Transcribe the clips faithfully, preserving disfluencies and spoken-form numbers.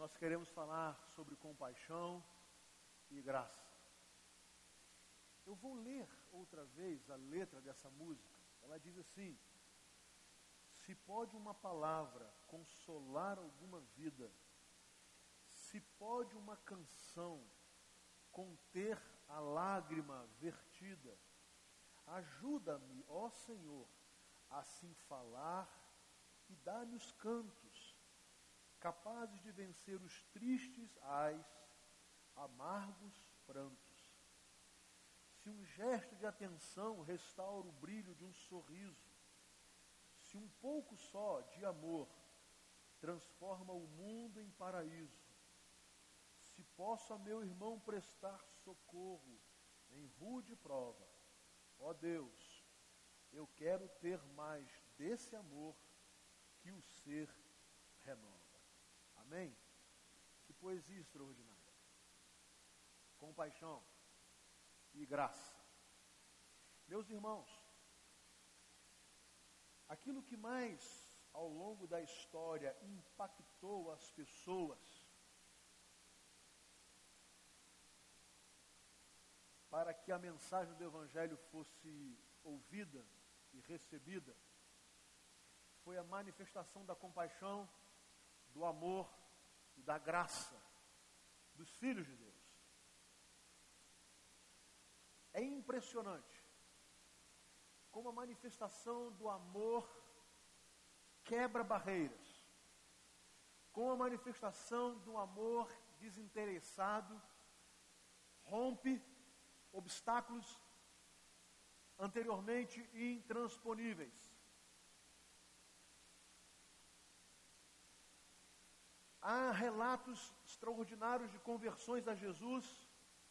nós queremos falar sobre compaixão e graça. Eu vou ler outra vez a letra dessa música. Ela diz assim: se pode uma palavra consolar alguma vida, se pode uma canção conter a lágrima vertida, ajuda-me, ó Senhor, assim falar e dá-me os cantos, capazes de vencer os tristes ais, amargos prantos. Se um gesto de atenção restaura o brilho de um sorriso, se um pouco só de amor transforma o mundo em paraíso, se posso a meu irmão prestar socorro em rude prova, ó Deus, eu quero ter mais desse amor que o ser renova. Amém? Que poesia extraordinária. Compaixão e graça. Meus irmãos, aquilo que mais ao longo da história impactou as pessoas para que a mensagem do Evangelho fosse ouvida e recebida foi a manifestação da compaixão, do amor e da graça dos filhos de Deus. É impressionante como a manifestação do amor quebra barreiras, como a manifestação do amor desinteressado rompe obstáculos anteriormente intransponíveis. Há relatos extraordinários de conversões a Jesus,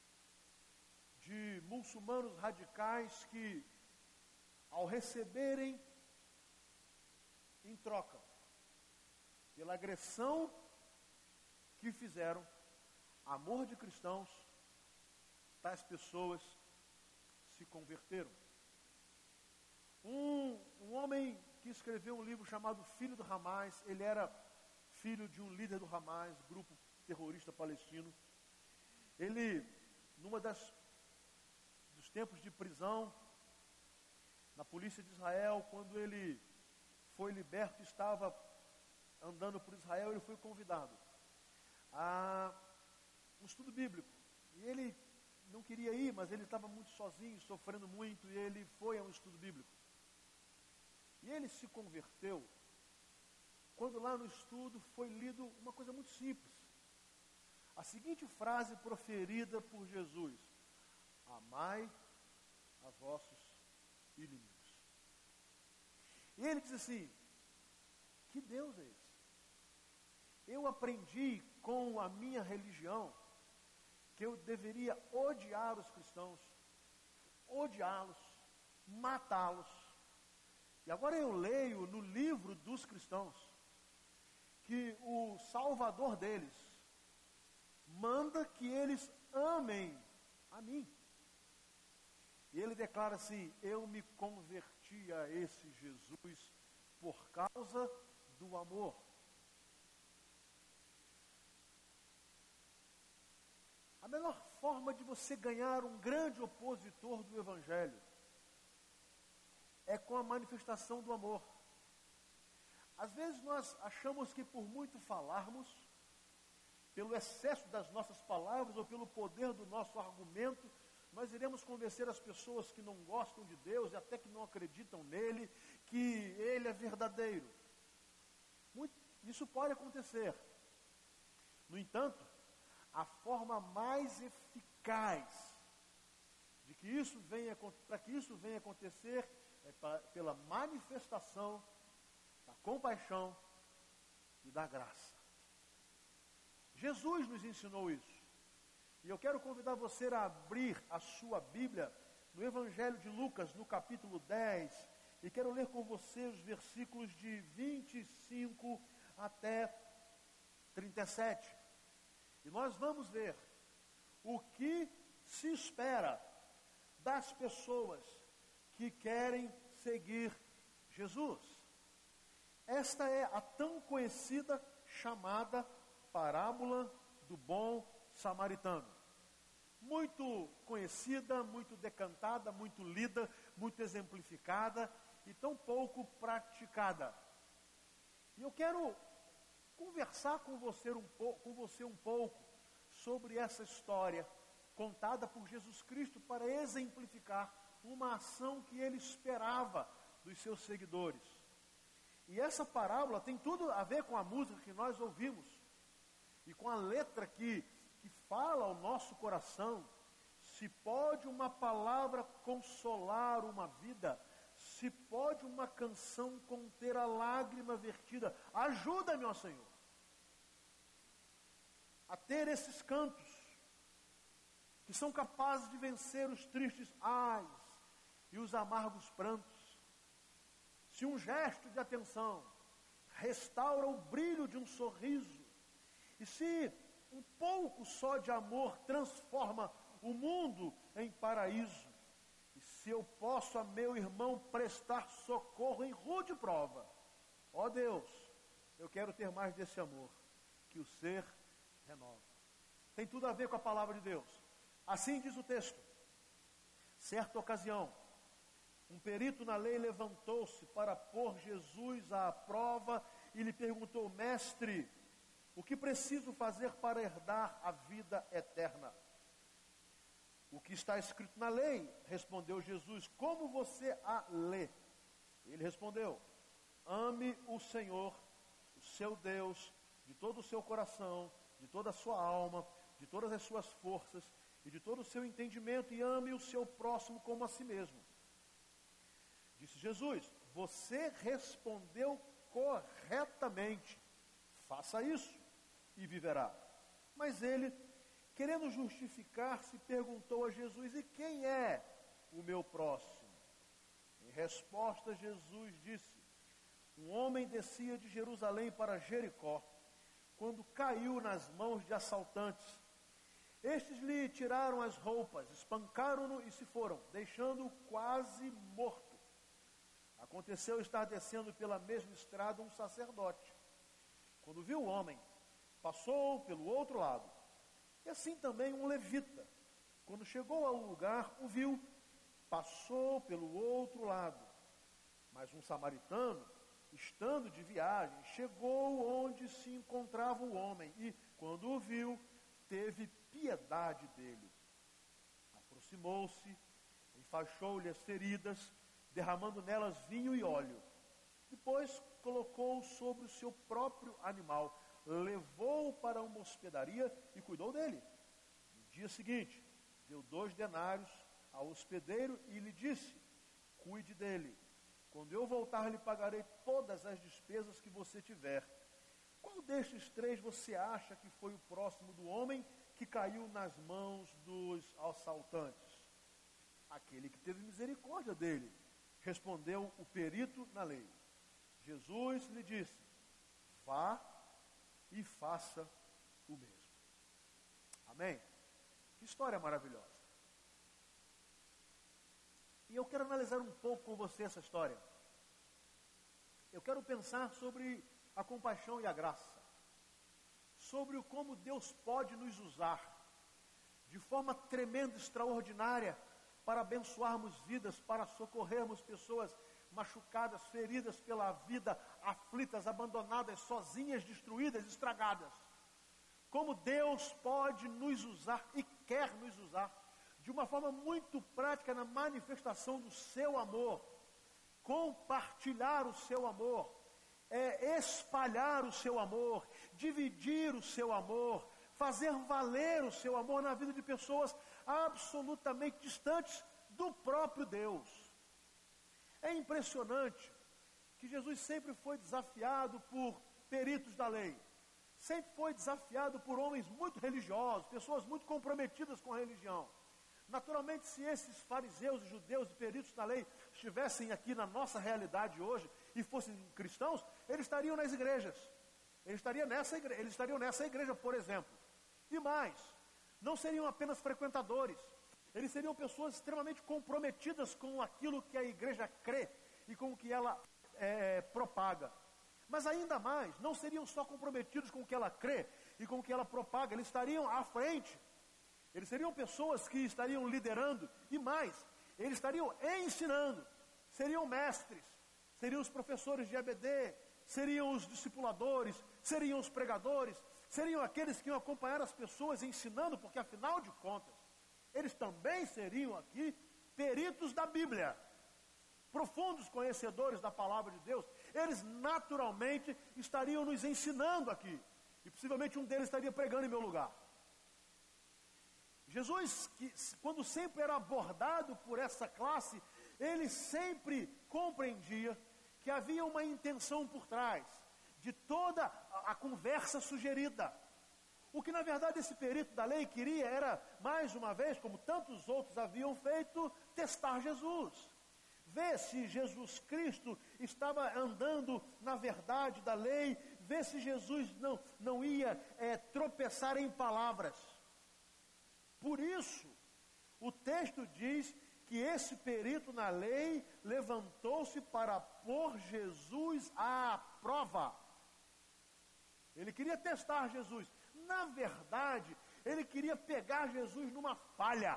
de muçulmanos radicais que, ao receberem em troca pela agressão que fizeram, amor de cristãos, tais pessoas se converteram. Um, um homem que escreveu um livro chamado Filho do Hamas, ele era filho de um líder do Hamas, grupo terrorista palestino. Ele, numa das dos tempos de prisão na polícia de Israel, quando ele foi liberto, estava andando por Israel, ele foi convidado a um estudo bíblico. E ele não queria ir, mas ele estava muito sozinho, sofrendo muito, e ele foi a um estudo bíblico. E ele se converteu quando lá no estudo foi lido uma coisa muito simples. A seguinte frase proferida por Jesus: amai a vossos inimigos. E ele diz assim: que Deus é esse? Eu aprendi com a minha religião que eu deveria odiar os cristãos, odiá-los, matá-los. E agora eu leio no livro dos cristãos que o Salvador deles manda que eles amem a mim. E ele declara assim: eu me converti a esse Jesus por causa do amor. A melhor forma de você ganhar um grande opositor do Evangelho é com a manifestação do amor. Às vezes nós achamos que por muito falarmos, pelo excesso das nossas palavras ou pelo poder do nosso argumento, nós iremos convencer as pessoas que não gostam de Deus e até que não acreditam nele, que ele é verdadeiro. Muito, isso pode acontecer. No entanto, a forma mais eficaz de que isso venha, para que isso venha acontecer é pra, pela manifestação da compaixão e da graça. Jesus nos ensinou isso. E eu quero convidar você a abrir a sua Bíblia no Evangelho de Lucas, no capítulo dez, e quero ler com você os versículos de vinte e cinco até trinta e sete. E nós vamos ver o que se espera das pessoas que querem seguir Jesus. Esta é a tão conhecida chamada parábola do bom samaritano. Muito conhecida, muito decantada, muito lida, muito exemplificada e tão pouco praticada. E eu quero conversar com você um pouco, com você um pouco sobre essa história contada por Jesus Cristo para exemplificar uma ação que ele esperava dos seus seguidores. E essa parábola tem tudo a ver com a música que nós ouvimos e com a letra que, que fala ao nosso coração. Se pode uma palavra consolar uma vida, se pode uma canção conter a lágrima vertida, ajuda-me, ó Senhor, a ter esses cantos que são capazes de vencer os tristes ais e os amargos prantos. Se um gesto de atenção restaura o brilho de um sorriso, e se um pouco só de amor transforma o mundo em paraíso, e se eu posso a meu irmão prestar socorro em rude prova, ó Deus, eu quero ter mais desse amor, que o ser renova. Tem tudo a ver com a palavra de Deus. Assim diz o texto. Certa ocasião, um perito na lei levantou-se para pôr Jesus à prova e lhe perguntou: mestre, o que preciso fazer para herdar a vida eterna? O que está escrito na lei? Respondeu Jesus. Como você a lê? Ele respondeu: ame o Senhor, o seu Deus, de todo o seu coração, de toda a sua alma, de todas as suas forças e de todo o seu entendimento, e ame o seu próximo como a si mesmo. Disse Jesus: você respondeu corretamente, faça isso e viverá. Mas ele, querendo justificar-se, perguntou a Jesus: e quem é o meu próximo? Em resposta, Jesus disse: um homem descia de Jerusalém para Jericó, quando caiu nas mãos de assaltantes. Estes lhe tiraram as roupas, espancaram-no e se foram, deixando-o quase morto. Aconteceu estar descendo pela mesma estrada um sacerdote. Quando viu o homem, passou pelo outro lado. E assim também um levita. Quando chegou ao lugar, o viu, passou pelo outro lado. Mas um samaritano, estando de viagem, chegou onde se encontrava o homem e, quando o viu, teve piedade dele. Aproximou-se, enfaixou-lhe as feridas, derramando nelas vinho e óleo. Depois colocou-o sobre o seu próprio animal, levou-o para uma hospedaria e cuidou dele. No dia seguinte, deu dois denários ao hospedeiro e lhe disse: cuide dele. Quando eu voltar, lhe pagarei todas as despesas que você tiver. Qual destes três você acha que foi o próximo do homem que caiu nas mãos dos assaltantes? Aquele que teve misericórdia dele, respondeu o perito na lei. Jesus lhe disse: vá e faça o mesmo. Amém? Que história maravilhosa. E eu quero analisar um pouco com você essa história. Eu quero pensar sobre a compaixão e a graça. Sobre o como Deus pode nos usar de forma tremenda, extraordinária, para abençoarmos vidas, para socorrermos pessoas machucadas, feridas pela vida, aflitas, abandonadas, sozinhas, destruídas, estragadas. Como Deus pode nos usar e quer nos usar de uma forma muito prática na manifestação do seu amor, compartilhar o seu amor, é, espalhar o seu amor, dividir o seu amor, fazer valer o seu amor na vida de pessoas absolutamente distantes do próprio Deus. É impressionante que Jesus sempre foi desafiado por peritos da lei, sempre foi desafiado por homens muito religiosos, pessoas muito comprometidas com a religião. Naturalmente, se esses fariseus, judeus e peritos da lei estivessem aqui na nossa realidade hoje e fossem cristãos, eles estariam nas igrejas. Eles estariam nessa igreja, eles estariam nessa igreja, por exemplo. E mais, não seriam apenas frequentadores. Eles seriam pessoas extremamente comprometidas com aquilo que a igreja crê e com o que ela é, propaga. Mas ainda mais, não seriam só comprometidos com o que ela crê e com o que ela propaga, eles estariam à frente. Eles seriam pessoas que estariam liderando, e mais, eles estariam ensinando, seriam mestres, seriam os professores de E B D, seriam os discipuladores, seriam os pregadores, seriam aqueles que iam acompanhar as pessoas ensinando, porque afinal de contas, eles também seriam aqui peritos da Bíblia, profundos conhecedores da palavra de Deus. Eles naturalmente estariam nos ensinando aqui, e possivelmente um deles estaria pregando em meu lugar. Jesus, que, quando sempre era abordado por essa classe, ele sempre compreendia que havia uma intenção por trás de toda a, a conversa sugerida. O que na verdade esse perito da lei queria era, mais uma vez, como tantos outros haviam feito, testar Jesus. Ver se Jesus Cristo estava andando na verdade da lei, ver se Jesus não, não ia é, tropeçar em palavras. Por isso, o texto diz que esse perito na lei levantou-se para pôr Jesus à prova. Ele queria testar Jesus. Na verdade, ele queria pegar Jesus numa falha.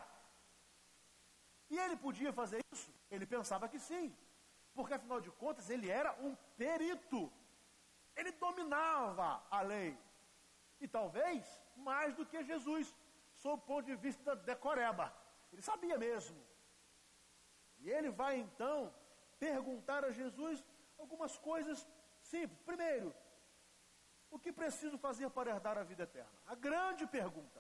E ele podia fazer isso? Ele pensava que sim. Porque, afinal de contas, ele era um perito. Ele dominava a lei. E talvez mais do que Jesus, sob o ponto de vista decoreba. Ele sabia mesmo. E ele vai, então, perguntar a Jesus algumas coisas simples. Primeiro, o que preciso fazer para herdar a vida eterna? A grande pergunta.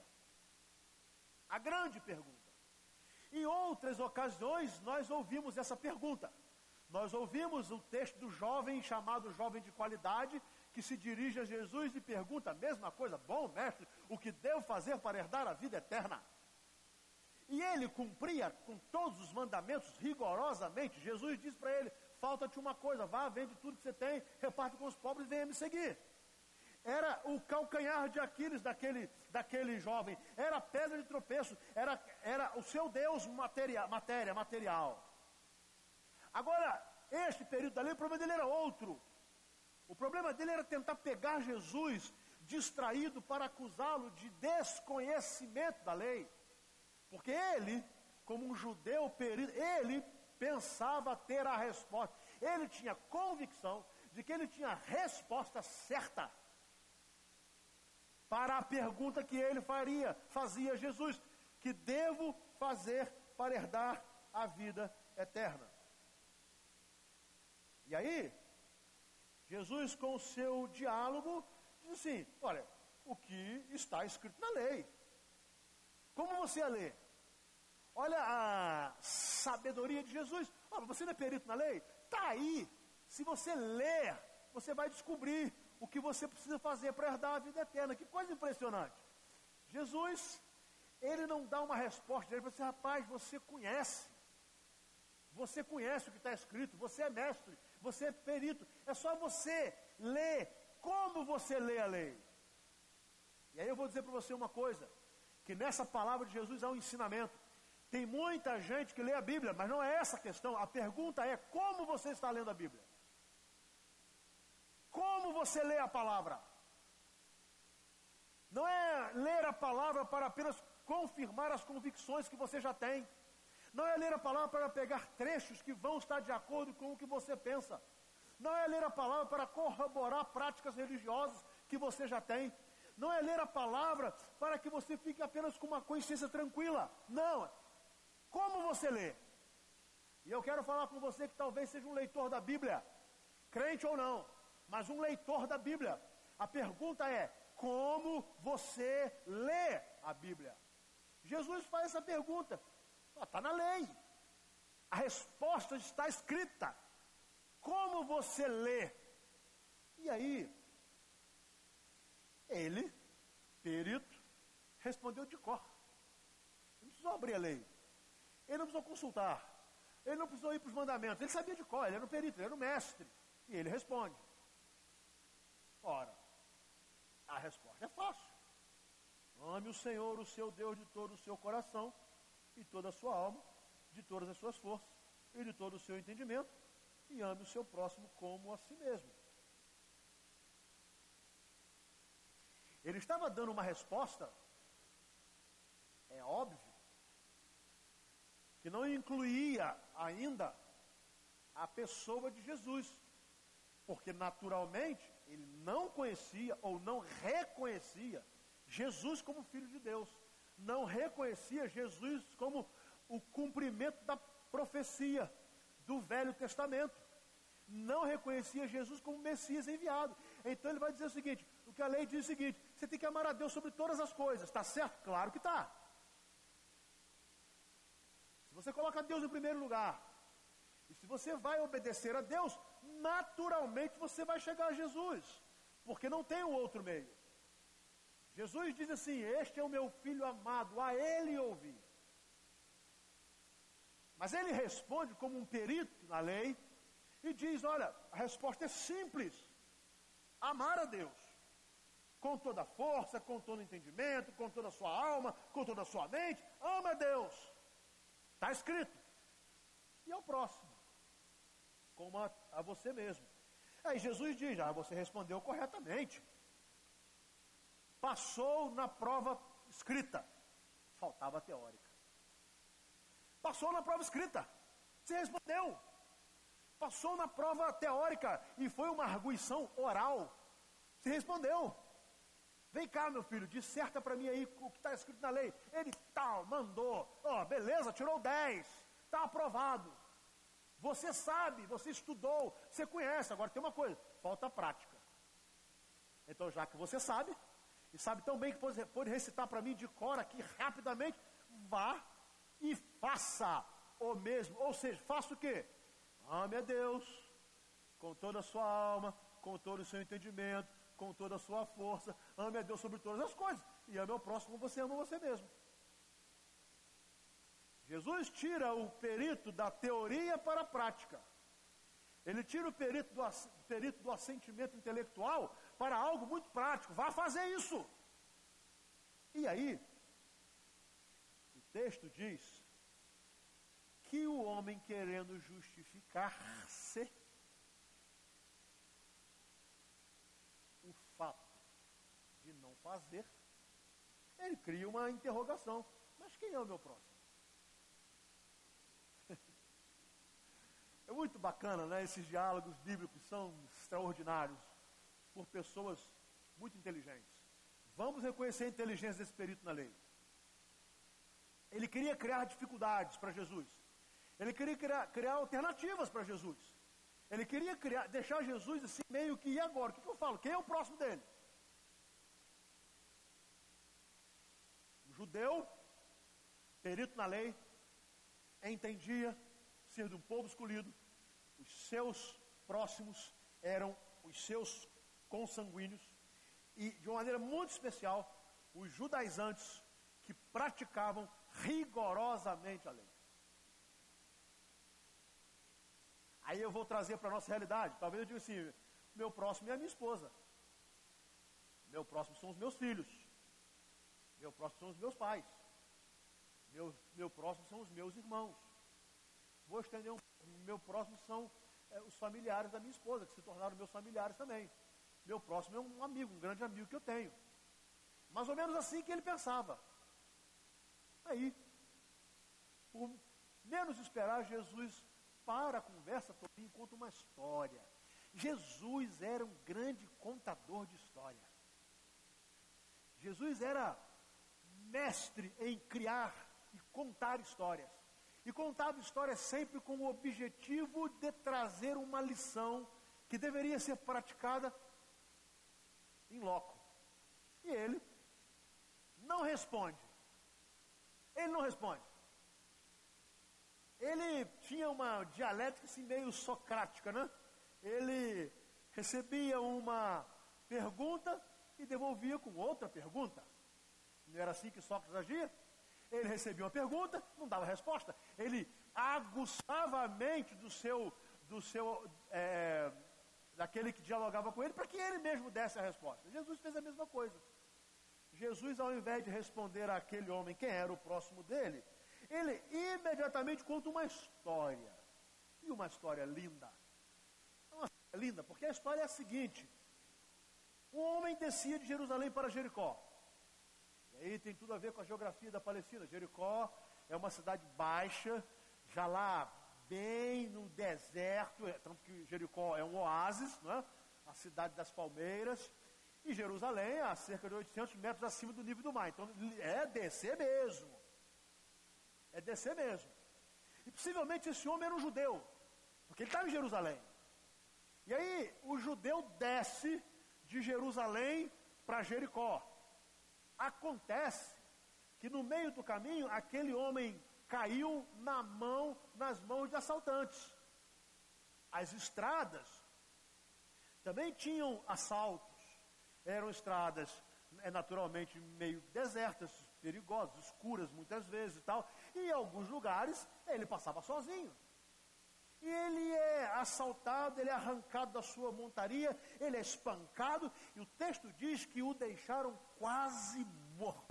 A grande pergunta. Em outras ocasiões, nós ouvimos essa pergunta. Nós ouvimos o texto do jovem, chamado jovem de qualidade, que se dirige a Jesus e pergunta a mesma coisa. Bom, mestre, o que devo fazer para herdar a vida eterna? E ele cumpria com todos os mandamentos rigorosamente. Jesus disse para ele, falta-te uma coisa, vá, vende tudo que você tem, reparte com os pobres e venha me seguir. Era o calcanhar de Aquiles daquele, daquele jovem, era a pedra de tropeço, era, era o seu Deus materia, matéria, material. Agora, este período da lei, o problema dele era outro. O problema dele era tentar pegar Jesus distraído para acusá-lo de desconhecimento da lei. Porque ele, como um judeu perito, ele pensava ter a resposta. Ele tinha convicção de que ele tinha a resposta certa para a pergunta que ele faria, fazia a Jesus, que devo fazer para herdar a vida eterna. E aí, Jesus com o seu diálogo, diz assim, olha, o que está escrito na lei. Como você a lê? Olha a sabedoria de Jesus. Olha, você não é perito na lei? Está aí. Se você ler, você vai descobrir o que você precisa fazer para herdar a vida eterna. Que coisa impressionante. Jesus, ele não dá uma resposta. Ele fala assim, rapaz, você conhece. Você conhece o que está escrito. Você é mestre. Você é perito. É só você ler como você lê a lei. E aí eu vou dizer para você uma coisa. Que nessa palavra de Jesus há um ensinamento. Tem muita gente que lê a Bíblia, mas não é essa a questão. A pergunta é como você está lendo a Bíblia. Como você lê a palavra? Não é ler a palavra para apenas confirmar as convicções que você já tem. Não é ler a palavra para pegar trechos que vão estar de acordo com o que você pensa. Não é ler a palavra para corroborar práticas religiosas que você já tem. Não é ler a palavra para que você fique apenas com uma consciência tranquila. Não. Como você lê? E eu quero falar com você que talvez seja um leitor da Bíblia, crente ou não, mas um leitor da Bíblia. A pergunta é, como você lê a Bíblia? Jesus faz essa pergunta. Está na lei. A resposta está escrita. Como você lê? E aí, ele, perito, respondeu de cor. Ele não precisou abrir a lei. Ele não precisou consultar. Ele não precisou ir para os mandamentos. Ele sabia de cor, ele era um perito, ele era um mestre. E ele responde. Ora, a resposta é fácil. Ame o Senhor, o seu Deus, de todo o seu coração, e toda a sua alma, de todas as suas forças, e de todo o seu entendimento, e ame o seu próximo como a si mesmo. Ele estava dando uma resposta, é óbvio, que não incluía ainda a pessoa de Jesus, porque naturalmente ele não conhecia ou não reconhecia Jesus como Filho de Deus, não reconhecia Jesus como o cumprimento da profecia do Velho Testamento, não reconhecia Jesus como Messias enviado. Então ele vai dizer o seguinte, o que a lei diz é o seguinte, você tem que amar a Deus sobre todas as coisas, está certo? Claro que está. Se você coloca Deus em primeiro lugar, e se você vai obedecer a Deus, naturalmente você vai chegar a Jesus, porque não tem um outro meio. Jesus diz assim, este é o meu filho amado, a ele ouvi. Mas ele responde como um perito na lei, e diz, olha, a resposta é simples, amar a Deus, com toda a força, com todo o entendimento, com toda a sua alma, com toda a sua mente, ama a Deus, está escrito, e ao próximo, como a, a você mesmo. Aí Jesus diz, ah, você respondeu corretamente, passou na prova escrita, faltava a teórica, passou na prova escrita, você respondeu, passou na prova teórica e foi uma arguição oral, você respondeu, vem cá meu filho, disserta para mim aí o que está escrito na lei, ele tal, mandou, ó, oh, beleza, tirou dez, está aprovado, você sabe, você estudou, você conhece, agora tem uma coisa, falta prática, então já que você sabe, e sabe tão bem que pode, pode recitar para mim de cor aqui rapidamente, vá e faça o mesmo, ou seja, faça o quê? Ame a Deus com toda a sua alma, com todo o seu entendimento, com toda a sua força, ame a Deus sobre todas as coisas, e ame ao próximo como você ama você mesmo. Jesus tira o perito da teoria para a prática, ele tira o perito do, perito do assentimento intelectual para algo muito prático, vá fazer isso. E aí, o texto diz que o homem querendo justificar-se, o fato de não fazer, ele cria uma interrogação, mas quem é o meu próximo? É muito bacana, né? Esses diálogos bíblicos são extraordinários, por pessoas muito inteligentes. Vamos reconhecer a inteligência desse perito na lei. Ele queria criar dificuldades para Jesus. Ele queria criar, criar alternativas para Jesus. Ele queria criar, deixar Jesus assim meio que, e agora? O que, que eu falo? Quem é o próximo dele? O judeu, perito na lei, entendia ser de um povo escolhido, os seus próximos eram os seus consanguíneos, e de uma maneira muito especial, os judaizantes que praticavam rigorosamente a lei. Aí eu vou trazer para a nossa realidade, talvez eu diga assim, meu próximo é a minha esposa, meu próximo são os meus filhos, meu próximo são os meus pais, meu, meu próximo são os meus irmãos, vou estender um, meu próximo são é, os familiares da minha esposa, que se tornaram meus familiares também, meu próximo é um amigo, um grande amigo que eu tenho, mais ou menos assim que ele pensava. Aí, por menos esperar, Jesus para a conversa toda e conta uma história. Jesus era um grande contador de história. Jesus era mestre em criar e contar histórias. E contava histórias sempre com o objetivo de trazer uma lição que deveria ser praticada em loco. E ele não responde. Ele não responde. Ele tinha uma dialética assim meio socrática, né? Ele recebia uma pergunta e devolvia com outra pergunta. Não era assim que Sócrates agia? Ele recebia uma pergunta, não dava resposta. Ele aguçava a mente do seu, do seu é, daquele que dialogava com ele, para que ele mesmo desse a resposta. Jesus fez a mesma coisa. Jesus, ao invés de responder àquele homem quem era o próximo dele, ele imediatamente conta uma história. E uma história linda. Uma história linda, porque a história é a seguinte. Um homem descia de Jerusalém para Jericó. E aí tem tudo a ver com a geografia da Palestina. Jericó é uma cidade baixa, já lá bem no deserto, é, tanto que Jericó é um oásis, não é? A cidade das palmeiras. E Jerusalém é a cerca de oitocentos metros acima do nível do mar. Então é descer mesmo. É descer mesmo. E possivelmente esse homem era um judeu, porque ele estava em Jerusalém. E aí o judeu desce de Jerusalém para Jericó. Acontece que no meio do caminho, aquele homem caiu na mão, nas mãos de assaltantes. As estradas também tinham assaltos. Eram estradas, é, naturalmente, meio desertas, perigosas, escuras muitas vezes e tal. E em alguns lugares, ele passava sozinho. E ele é assaltado, ele é arrancado da sua montaria, ele é espancado, e o texto diz que o deixaram quase morto.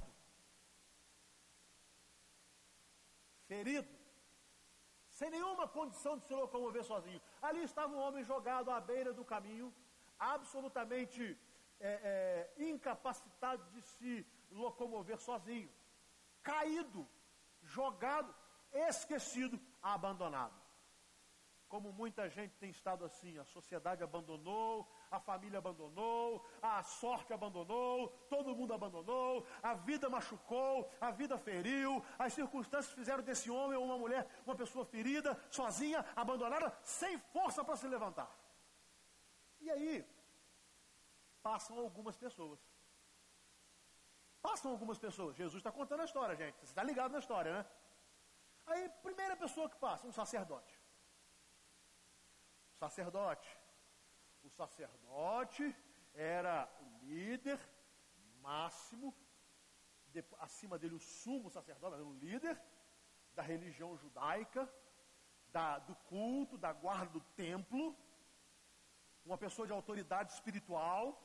Ferido, sem nenhuma condição de se locomover sozinho. Ali estava um homem jogado à beira do caminho, absolutamente é, é, incapacitado de se locomover sozinho. Caído, jogado, esquecido, abandonado. Como muita gente tem estado assim, a sociedade abandonou, a família abandonou, a sorte abandonou, todo mundo abandonou, a vida machucou, a vida feriu, as circunstâncias fizeram desse homem ou uma mulher uma pessoa ferida, sozinha, abandonada, sem força para se levantar. E aí, passam algumas pessoas. Passam algumas pessoas. Jesus está contando a história, gente. Você está ligado na história, né? Aí, primeira pessoa que passa, um sacerdote. Sacerdote. O sacerdote era o líder máximo, de, acima dele o sumo sacerdote, era o líder da religião judaica, da, do culto, da guarda do templo, uma pessoa de autoridade espiritual,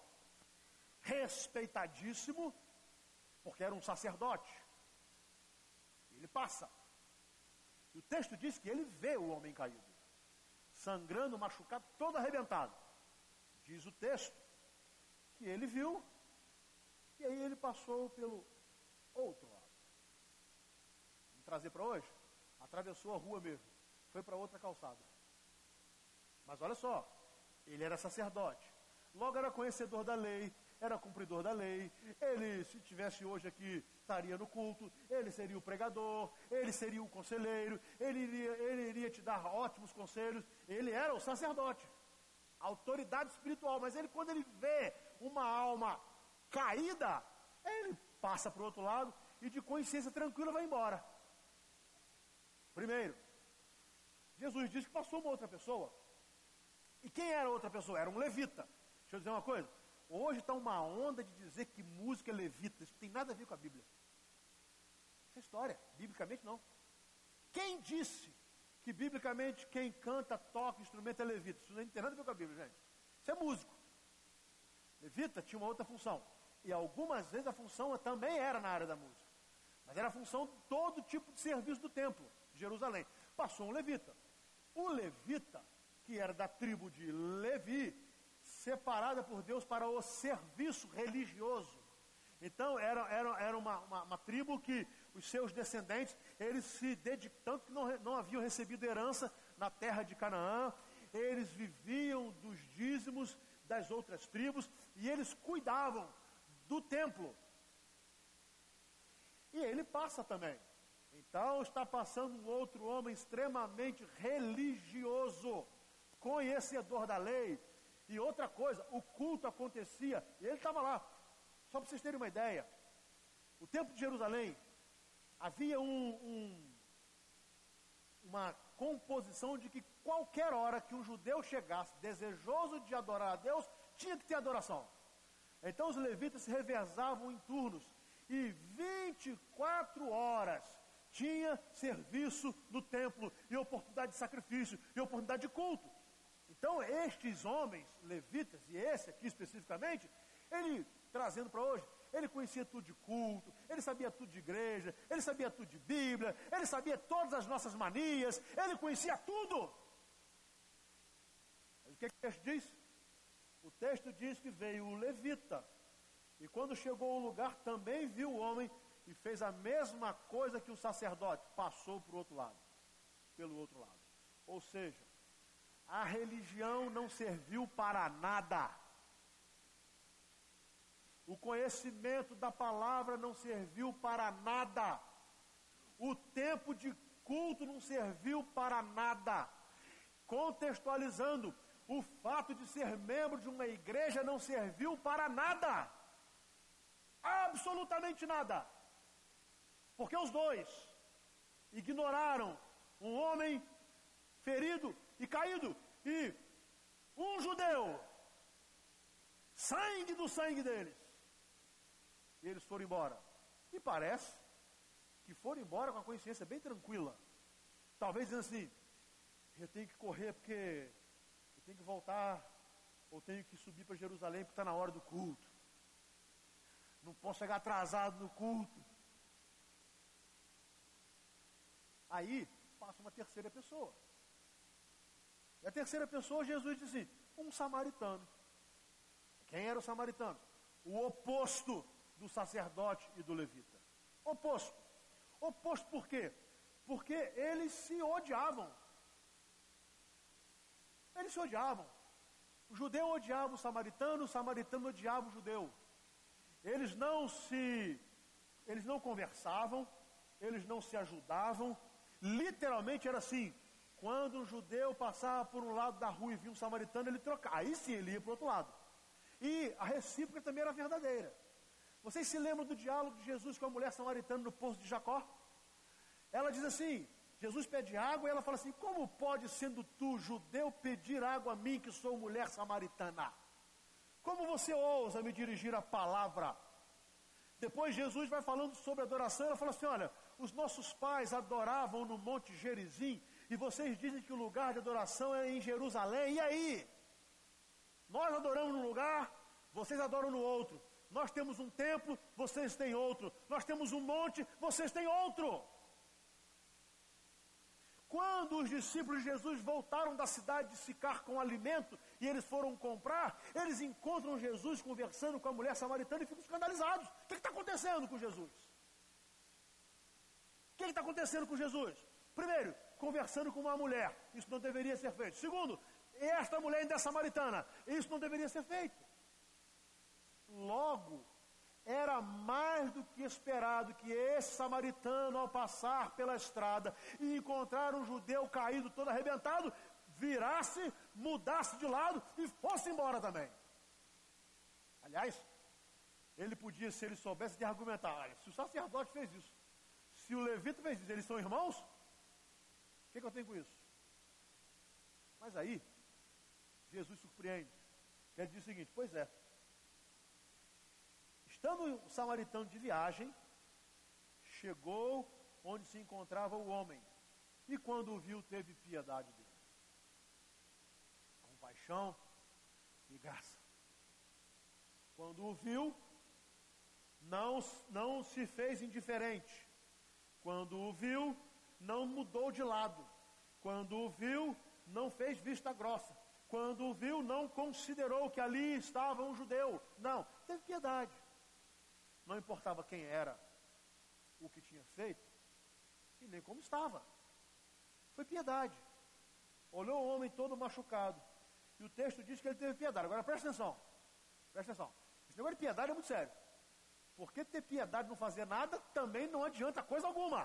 respeitadíssimo, porque era um sacerdote. Ele passa. E o texto diz que ele vê o homem caído, sangrando, machucado, todo arrebentado. Diz o texto que ele viu, e aí ele passou pelo outro lado. Vamos trazer para hoje? Atravessou a rua mesmo, foi para outra calçada. Mas olha só, ele era sacerdote, logo era conhecedor da lei, era cumpridor da lei. Ele, se tivesse hoje aqui, estaria no culto, ele seria o pregador, ele seria o conselheiro, ele iria, ele iria te dar ótimos conselhos. Ele era o sacerdote, autoridade espiritual, mas ele, quando ele vê uma alma caída, ele passa para o outro lado e de consciência tranquila vai embora. Primeiro, Jesus disse que passou uma outra pessoa. E quem era a outra pessoa? Era um levita. Deixa eu dizer uma coisa. Hoje está uma onda de dizer que música é levita. Isso não tem nada a ver com a Bíblia. Isso é história. Biblicamente, não. Quem disse que, biblicamente, quem canta, toca, instrumento é levita? Isso não tem nada a ver com a Bíblia, gente. Isso é músico. Levita tinha uma outra função. E algumas vezes a função também era na área da música. Mas era a função de todo tipo de serviço do templo de Jerusalém. Passou um levita. O levita, que era da tribo de Levi, separada por Deus para o serviço religioso. Então, era, era, era uma, uma, uma tribo que os seus descendentes, eles se dedicam, tanto que não, não haviam recebido herança na terra de Canaã, eles viviam dos dízimos das outras tribos, e eles cuidavam do templo. E ele passa também. Então, está passando um outro homem extremamente religioso, conhecedor da lei. E outra coisa, o culto acontecia, e ele estava lá. Só para vocês terem uma ideia, o templo de Jerusalém, havia um, um, uma composição de que qualquer hora que um judeu chegasse desejoso de adorar a Deus, tinha que ter adoração. Então os levitas se revezavam em turnos, e vinte e quatro horas tinha serviço no templo, e oportunidade de sacrifício, e oportunidade de culto. Então, estes homens, levitas, e esse aqui especificamente, ele, trazendo para hoje, ele conhecia tudo de culto, ele sabia tudo de igreja, ele sabia tudo de Bíblia, ele sabia todas as nossas manias, ele conhecia tudo. Mas o que é que o texto diz? O texto diz que veio o levita, e quando chegou ao lugar também viu o homem e fez a mesma coisa que o sacerdote, passou para o outro lado, pelo outro lado. Ou seja, a religião não serviu para nada. O conhecimento da palavra não serviu para nada. O tempo de culto não serviu para nada. Contextualizando, o fato de ser membro de uma igreja não serviu para nada. Absolutamente nada. Porque os dois ignoraram um homem ferido e caído e um judeu, sangue do sangue deles. E eles foram embora. E parece que foram embora com a consciência bem tranquila. Talvez dizendo assim, eu tenho que correr porque eu tenho que voltar, ou tenho que subir para Jerusalém porque está na hora do culto. Não posso chegar atrasado no culto. Aí passa uma terceira pessoa. E a terceira pessoa, Jesus diz assim, um samaritano. Quem era o samaritano? O oposto do sacerdote e do levita. Oposto. Oposto por quê? Porque eles se odiavam. Eles se odiavam. O judeu odiava o samaritano, o samaritano odiava o judeu. Eles não se, eles não conversavam, eles não se ajudavam. Literalmente era assim, quando um judeu passava por um lado da rua e via um samaritano, ele trocava. Aí sim, ele ia para o outro lado. E a recíproca também era verdadeira. Vocês se lembram do diálogo de Jesus com a mulher samaritana no poço de Jacó? Ela diz assim, Jesus pede água e ela fala assim, como pode, sendo tu, judeu, pedir água a mim, que sou mulher samaritana? Como você ousa me dirigir a palavra? Depois Jesus vai falando sobre adoração, ela fala assim, olha, os nossos pais adoravam no Monte Gerizim, e vocês dizem que o lugar de adoração é em Jerusalém, e aí? Nós adoramos num lugar, vocês adoram no outro. Nós temos um templo, vocês têm outro. Nós temos um monte, vocês têm outro. Quando os discípulos de Jesus voltaram da cidade de Sicar com alimento, e eles foram comprar, eles encontram Jesus conversando com a mulher samaritana e ficam escandalizados. O que está acontecendo com Jesus? O que está acontecendo com Jesus? Primeiro, conversando com uma mulher. Isso não deveria ser feito. Segundo, esta mulher ainda é samaritana. Isso não deveria ser feito. Logo, era mais do que esperado que esse samaritano, ao passar pela estrada e encontrar um judeu caído, todo arrebentado, virasse, mudasse de lado e fosse embora também. Aliás, ele podia, se ele soubesse, de argumentar, olha, se o sacerdote fez isso, se o levita fez isso, eles são irmãos? O que, que eu tenho com isso? Mas aí, Jesus surpreende. Ele diz o seguinte, pois é, estando o samaritano de viagem, chegou onde se encontrava o homem, e quando o viu, teve piedade dele. Compaixão e graça. Quando o viu, não, não se fez indiferente. Quando o viu, não mudou de lado. Quando o viu, não fez vista grossa. Quando o viu, não considerou que ali estava um judeu. Não, teve piedade. Não importava quem era, o que tinha feito, e nem como estava. Foi piedade. Olhou o homem todo machucado. E o texto diz que ele teve piedade. Agora presta atenção. Presta atenção. Esse negócio de piedade é muito sério. Porque ter piedade e não fazer nada também não adianta coisa alguma.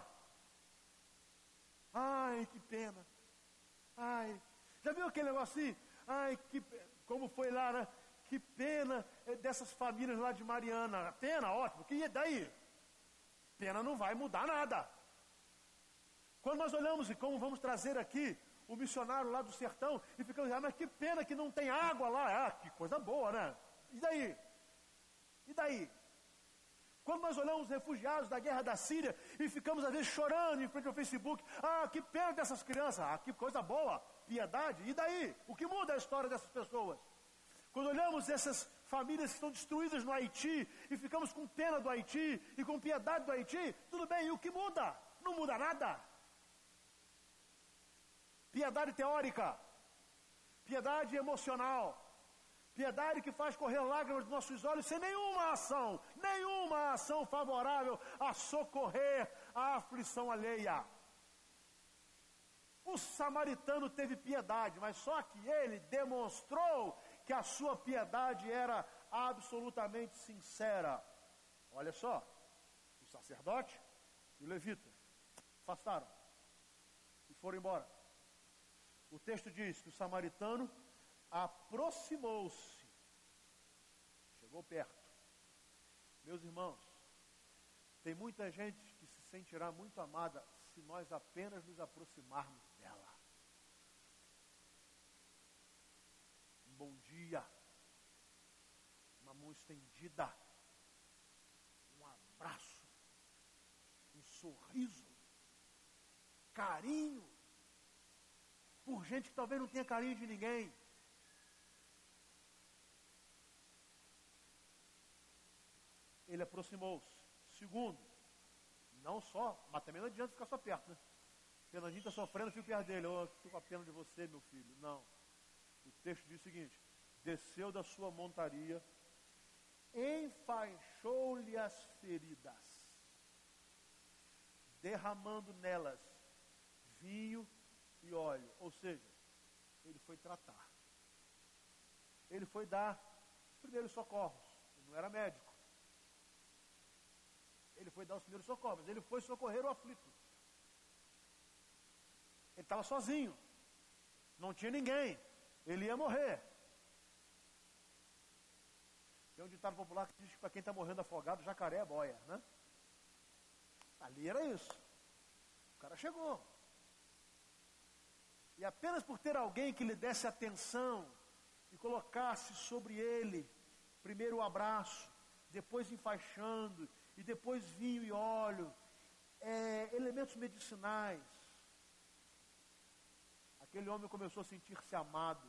Ai, que pena. Ai. Já viu aquele negócio assim? Ai, que como foi lá, né? Que pena dessas famílias lá de Mariana. Pena, ótimo. Que daí? Pena não vai mudar nada. Quando nós olhamos e como vamos trazer aqui o missionário lá do sertão e ficamos, ah, mas que pena que não tem água lá. Ah, que coisa boa, né? E daí? E daí? Quando nós olhamos os refugiados da guerra da Síria e ficamos às vezes chorando em frente ao Facebook, ah, que pena dessas crianças. Ah, que coisa boa. Piedade. E daí? O que muda a história dessas pessoas? Quando olhamos essas famílias que estão destruídas no Haiti e ficamos com pena do Haiti e com piedade do Haiti, tudo bem, e o que muda? Não muda nada. Piedade teórica, piedade emocional, Piedade que faz correr lágrimas dos nossos olhos sem nenhuma ação, nenhuma ação favorável a socorrer a aflição alheia. O samaritano teve piedade, mas só que ele demonstrou que a sua piedade era absolutamente sincera. Olha só, o sacerdote e o levita afastaram e foram embora. O texto diz que o samaritano aproximou-se, chegou perto. Meus irmãos, tem muita gente que se sentirá muito amada se nós apenas nos aproximarmos dela. Um bom dia, uma mão estendida, um abraço, um sorriso, carinho, por gente que talvez não tenha carinho de ninguém. Ele aproximou-se. Segundo, não só, mas também não adianta ficar só perto, né? Fernandinho está sofrendo, eu fico perto dele. Eu estou com a pena de você, meu filho. Não. O texto diz o seguinte: desceu da sua montaria, enfaixou-lhe as feridas, derramando nelas vinho e óleo. Ou seja, ele foi tratar. Ele foi dar os primeiros socorros. Ele não era médico. Ele foi dar os primeiros socorros. Ele foi socorrer o aflito. Ele estava sozinho. Não tinha ninguém. Ele ia morrer. Tem um ditado popular que diz que para quem está morrendo afogado, jacaré é boia, né? Ali era isso. O cara chegou. E apenas por ter alguém que lhe desse atenção e colocasse sobre ele, primeiro o abraço, depois enfaixando, e depois vinho e óleo, é, elementos medicinais, aquele homem começou a sentir-se amado,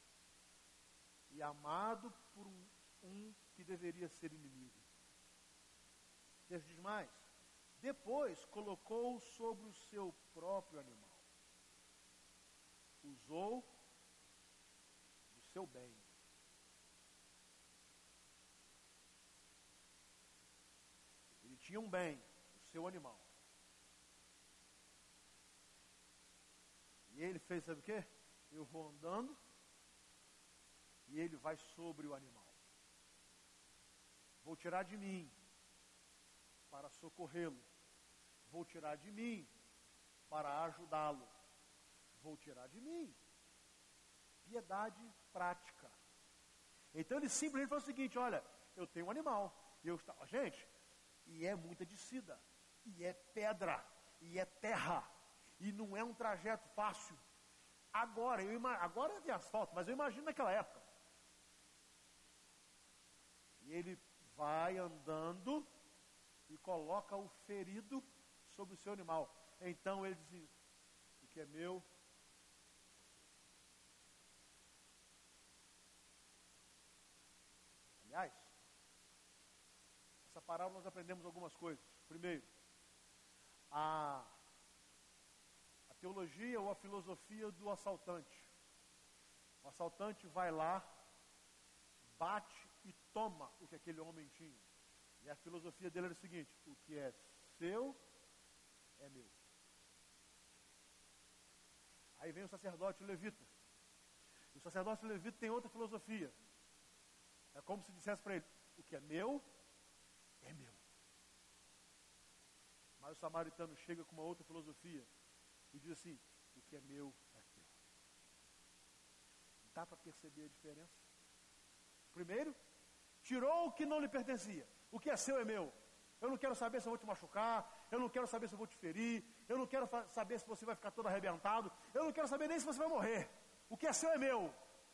e amado por um, um que deveria ser inimigo. Deus diz mais, depois colocou sobre o seu próprio animal, usou do seu bem. Ele tinha um bem, o seu animal. E ele fez, sabe o quê? Eu vou andando e ele vai sobre o animal. Vou tirar de mim para socorrê-lo. Vou tirar de mim para ajudá-lo. Vou tirar de mim. Piedade prática. Então ele simplesmente falou o seguinte, olha, eu tenho um animal. E eu estava, gente, e é muita descida, e é pedra, e é terra, e não é um trajeto fácil. Agora, eu ima, agora tem asfalto, mas eu imagino naquela época. E ele vai andando e coloca o ferido sobre o seu animal. Então ele diz, o que é meu, aliás, nessa parábola nós aprendemos algumas coisas. Primeiro, a, a teologia ou a filosofia do assaltante. O assaltante vai lá, bate e toma o que aquele homem tinha. E a filosofia dele era o seguinte, o que é seu é meu. Aí vem o sacerdote e o levita. E o sacerdote e o levita tem outra filosofia. É como se dissesse para ele, o que é meu, é meu. Mas o samaritano chega com uma outra filosofia e diz assim, o que é meu, é teu. Dá para perceber a diferença? Primeiro, tirou o que não lhe pertencia. O que é seu é meu. Eu não quero saber se eu vou te machucar, eu não quero saber se eu vou te ferir, eu não quero saber se você vai ficar todo arrebentado, eu não quero saber nem se você vai morrer. O que é seu é meu.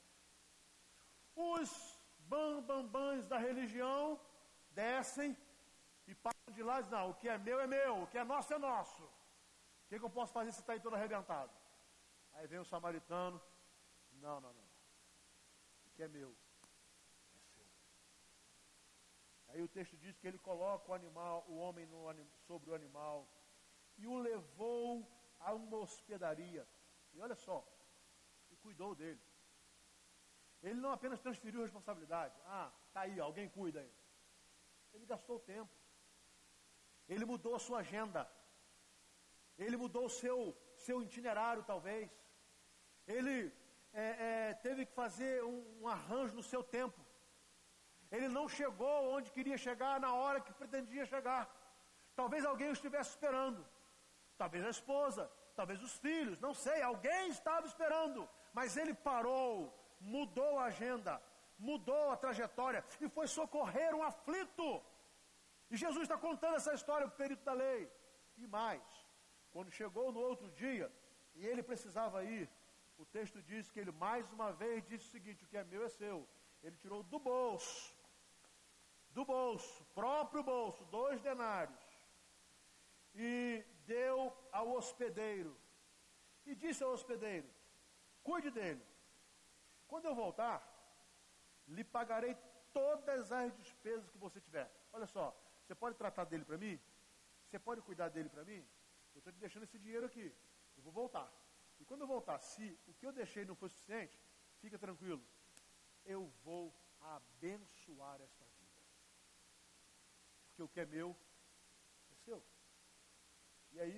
Os bambambãs da religião descem e passam de lá e dizem, não, o que é meu é meu, o que é nosso é nosso. O que, que eu posso fazer se está aí todo arrebentado? Aí vem o samaritano, não, não, não. O que é meu é seu. Aí o texto diz que ele coloca o animal, o homem no, sobre o animal e o levou a uma hospedaria. E olha só, e cuidou dele. Ele não apenas transferiu a responsabilidade. Ah, tá aí, alguém cuida aí. Ele gastou tempo. Ele mudou a sua agenda. Ele mudou o seu, seu itinerário, talvez. Ele é, é, teve que fazer um, um arranjo no seu tempo. Ele não chegou onde queria chegar na hora que pretendia chegar. Talvez alguém o estivesse esperando. Talvez a esposa, talvez os filhos, não sei. Alguém estava esperando. Mas ele parou, mudou a agenda, mudou a trajetória e foi socorrer um aflito. E Jesus está contando essa história para o perito da lei. E mais, quando chegou no outro dia, e ele precisava ir, o texto diz que ele mais uma vez disse o seguinte: o que é meu é seu. Ele tirou do bolso, do bolso, próprio bolso, dois denários, e deu ao hospedeiro. E disse ao hospedeiro: cuide dele. Quando eu voltar, lhe pagarei todas as despesas que você tiver. Olha só, você pode tratar dele para mim? Você pode cuidar dele para mim? Eu estou te deixando esse dinheiro aqui. Eu vou voltar. E quando eu voltar, se o que eu deixei não for suficiente, fica tranquilo. Eu vou abençoar esta vida. Porque o que é meu é seu. E aí,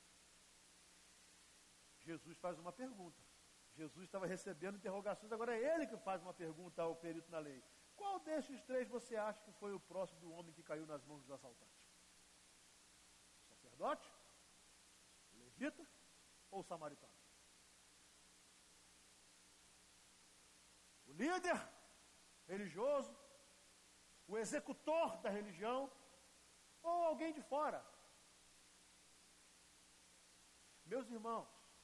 Jesus faz uma pergunta. Jesus estava recebendo interrogações, agora é ele que faz uma pergunta ao perito na lei. Qual desses três você acha que foi o próximo do homem que caiu nas mãos dos assaltantes? O sacerdote? O levita? Ou o samaritano? O líder religioso? O executor da religião? Ou alguém de fora? Meus irmãos,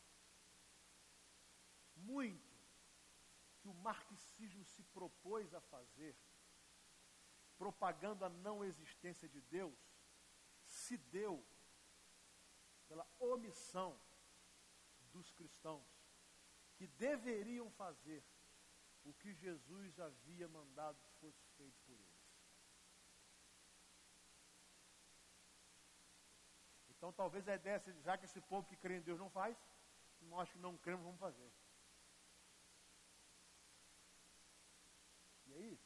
muito que o marxismo se propôs a fazer, propagando a não existência de Deus, se deu pela omissão dos cristãos, que deveriam fazer o que Jesus havia mandado que fosse feito por eles. Então talvez a ideia seja, já que esse povo que crê em Deus não faz, nós que não cremos vamos fazer. E aí,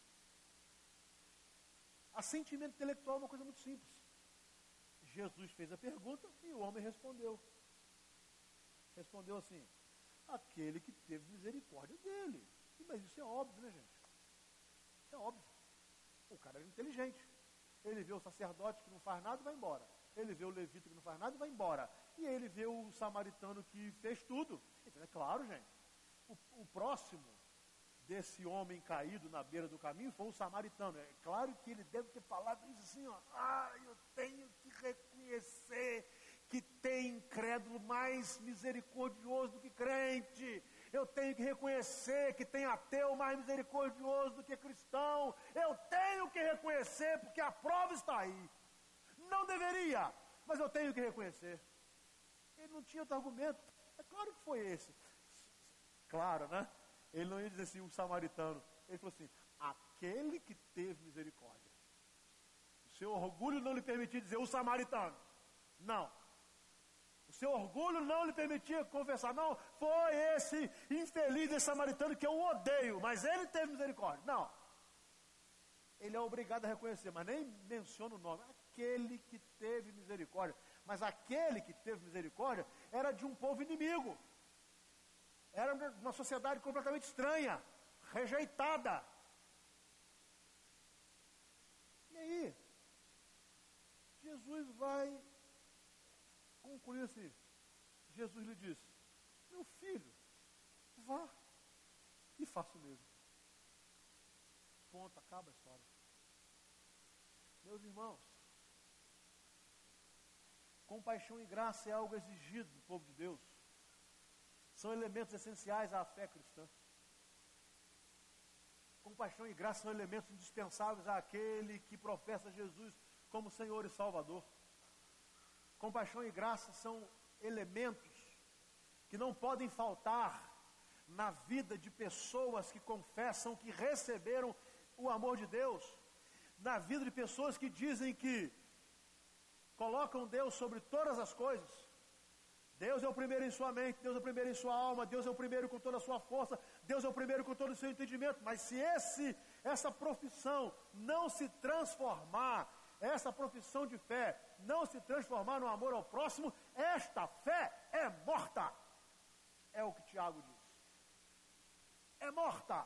assentimento intelectual é uma coisa muito simples. Jesus fez a pergunta e o homem respondeu. Respondeu assim: aquele que teve misericórdia dele. Mas isso é óbvio, né, gente? Isso é óbvio. O cara era inteligente. Ele vê o sacerdote que não faz nada e vai embora. Ele vê o levita que não faz nada e vai embora. E ele vê o samaritano que fez tudo. Então, é claro, gente. O, o próximo desse homem caído na beira do caminho foi o samaritano. É claro que ele deve ter falado isso assim, ó. Ah, eu tenho que reconhecer que tem incrédulo mais misericordioso do que crente. Eu tenho que reconhecer que tem ateu mais misericordioso do que cristão. Eu tenho que reconhecer porque a prova está aí. Não deveria, mas eu tenho que reconhecer. Ele não tinha outro argumento. É claro que foi esse. Claro, né? Ele não ia dizer assim, um samaritano. Ele falou assim, aquele que teve misericórdia. O seu orgulho não lhe permitia dizer o samaritano. Não. O seu orgulho não lhe permitia confessar. Não, foi esse infeliz esse samaritano que eu odeio, mas ele teve misericórdia. Não. Ele é obrigado a reconhecer, mas nem menciona o nome. Aquele que teve misericórdia. Mas aquele que teve misericórdia era de um povo inimigo. Era uma sociedade completamente estranha, rejeitada. E aí, Jesus vai concluir assim. Jesus lhe disse, meu filho, vá e faça o mesmo. Ponto, acaba a história. Meus irmãos, compaixão e graça é algo exigido do povo de Deus. São elementos essenciais à fé cristã. Compaixão e graça são elementos indispensáveis àquele que professa Jesus como Senhor e Salvador. Compaixão e graça são elementos que não podem faltar na vida de pessoas que confessam que receberam o amor de Deus, na vida de pessoas que dizem que colocam Deus sobre todas as coisas. Deus é o primeiro em sua mente, Deus é o primeiro em sua alma, Deus é o primeiro com toda a sua força, Deus é o primeiro com todo o seu entendimento, mas se esse, essa profissão não se transformar, essa profissão de fé não se transformar no amor ao próximo, esta fé é morta. É o que Tiago diz. É morta.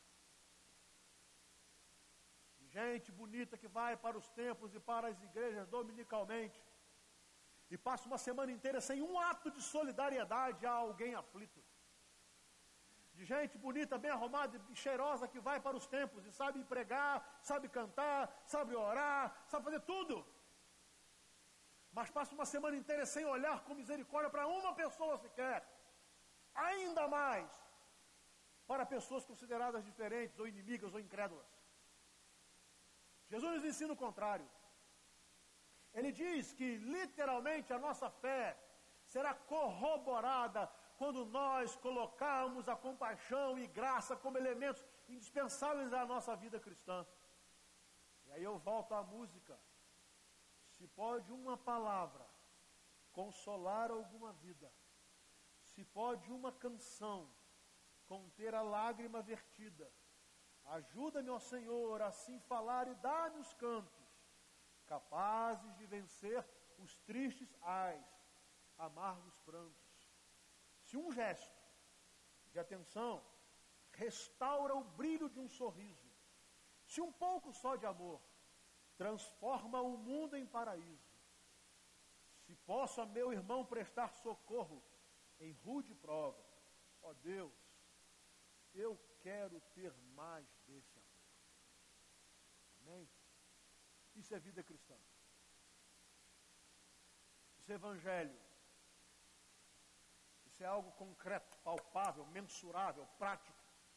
Gente bonita que vai para os templos e para as igrejas dominicalmente e passa uma semana inteira sem um ato de solidariedade a alguém aflito. De gente bonita, bem arrumada e cheirosa que vai para os templos e sabe pregar, sabe cantar, sabe orar, sabe fazer tudo. Mas passa uma semana inteira sem olhar com misericórdia para uma pessoa sequer. Ainda mais para pessoas consideradas diferentes, ou inimigas, ou incrédulas. Jesus nos ensina o contrário. Ele diz que literalmente a nossa fé será corroborada quando nós colocarmos a compaixão e graça como elementos indispensáveis à nossa vida cristã. E aí eu volto à música. Se pode uma palavra consolar alguma vida, se pode uma canção conter a lágrima vertida, ajuda-me, ó Senhor, assim falar e dá-me os cantos, capazes de vencer os tristes ais, amargos prantos. Se um gesto de atenção restaura o brilho de um sorriso, se um pouco só de amor transforma o mundo em paraíso, se posso a meu irmão prestar socorro em rude prova, ó Deus, eu quero ter mais desse amor. Amém? Isso é vida cristã. Isso é evangelho. Isso é algo concreto, palpável, mensurável, prático.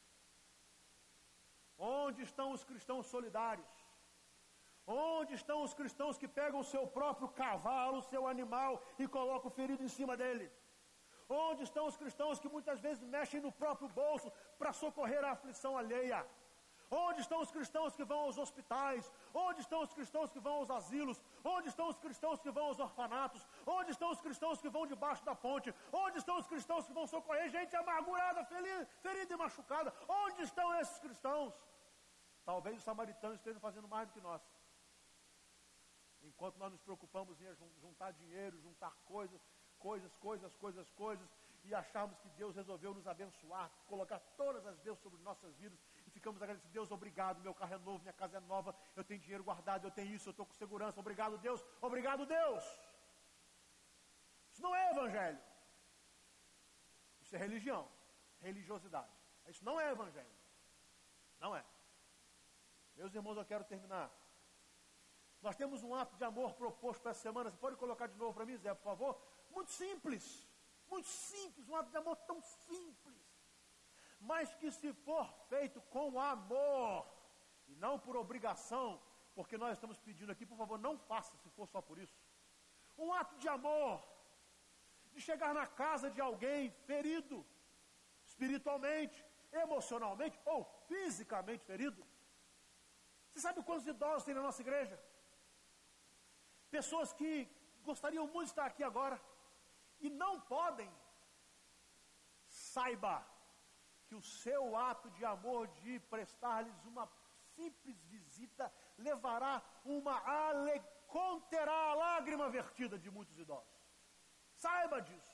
Onde estão os cristãos solidários? Onde estão os cristãos que pegam o seu próprio cavalo, o seu animal e colocam o ferido em cima dele? Onde estão os cristãos que muitas vezes mexem no próprio bolso para socorrer a aflição alheia? Onde estão os cristãos que vão aos hospitais? Onde estão os cristãos que vão aos asilos? Onde estão os cristãos que vão aos orfanatos? Onde estão os cristãos que vão debaixo da ponte? Onde estão os cristãos que vão socorrer gente amargurada, ferida e machucada? Onde estão esses cristãos? Talvez os samaritanos estejam fazendo mais do que nós. Enquanto nós nos preocupamos em juntar dinheiro, juntar coisas, coisas, coisas, coisas, coisas, e acharmos que Deus resolveu nos abençoar, colocar todas as bênçãos sobre nossas vidas, e ficamos agradecidos. Deus, obrigado, meu carro é novo, minha casa é nova, eu tenho dinheiro guardado, eu tenho isso, eu estou com segurança, obrigado Deus, obrigado Deus. Isso não é evangelho. Isso é religião, religiosidade. Isso não é evangelho. Não é. Meus irmãos, eu quero terminar. Nós temos um ato de amor proposto para essa semana. Você pode colocar de novo para mim, Zé, por favor? Muito simples. Muito simples. Um ato de amor tão simples. Mas que se for feito com amor, e não por obrigação, porque nós estamos pedindo aqui, por favor, não faça se for só por isso. Um ato de amor, de chegar na casa de alguém ferido, espiritualmente, emocionalmente ou fisicamente ferido. Você sabe quantos idosos tem na nossa igreja? Pessoas que gostariam muito de estar aqui agora e não podem. Saiba que o seu ato de amor, de prestar-lhes uma simples visita, levará uma ale... conterá a lágrima vertida de muitos idosos. Saiba disso.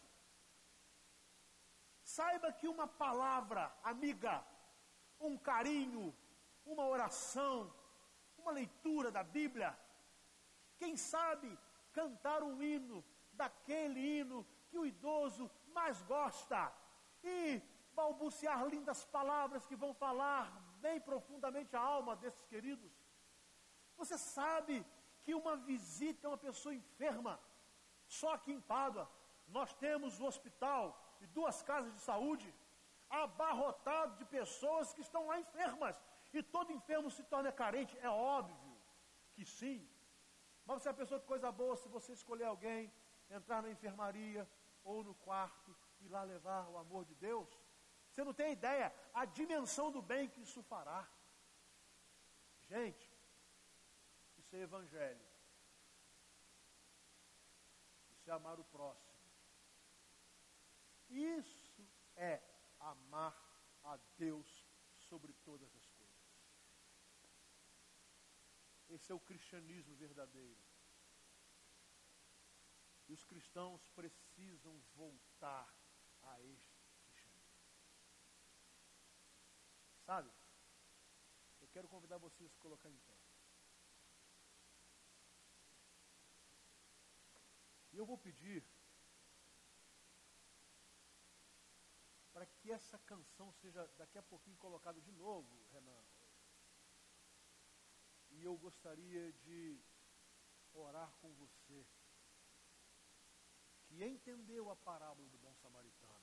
Saiba que uma palavra amiga, um carinho, uma oração, uma leitura da Bíblia, quem sabe cantar um hino, daquele hino que o idoso mais gosta, e balbuciar lindas palavras que vão falar bem profundamente a alma desses queridos. Você sabe que uma visita a uma pessoa enferma, só aqui em Pádua, nós temos um hospital e duas casas de saúde, abarrotado de pessoas que estão lá enfermas, e todo enfermo se torna carente, é óbvio que sim. Mas você é uma pessoa de coisa boa, se você escolher alguém, entrar na enfermaria ou no quarto e lá levar o amor de Deus, você não tem ideia a dimensão do bem que isso fará. Gente, isso é evangelho. Isso é amar o próximo. Isso é amar a Deus sobre todas as coisas. Esse é o cristianismo verdadeiro. E os cristãos precisam voltar a este cristianismo. Sabe? Eu quero convidar vocês a se colocar em pé. E eu vou pedir para que essa canção seja daqui a pouquinho colocada de novo, Renan. E eu gostaria de orar com você, que entendeu a parábola do bom samaritano.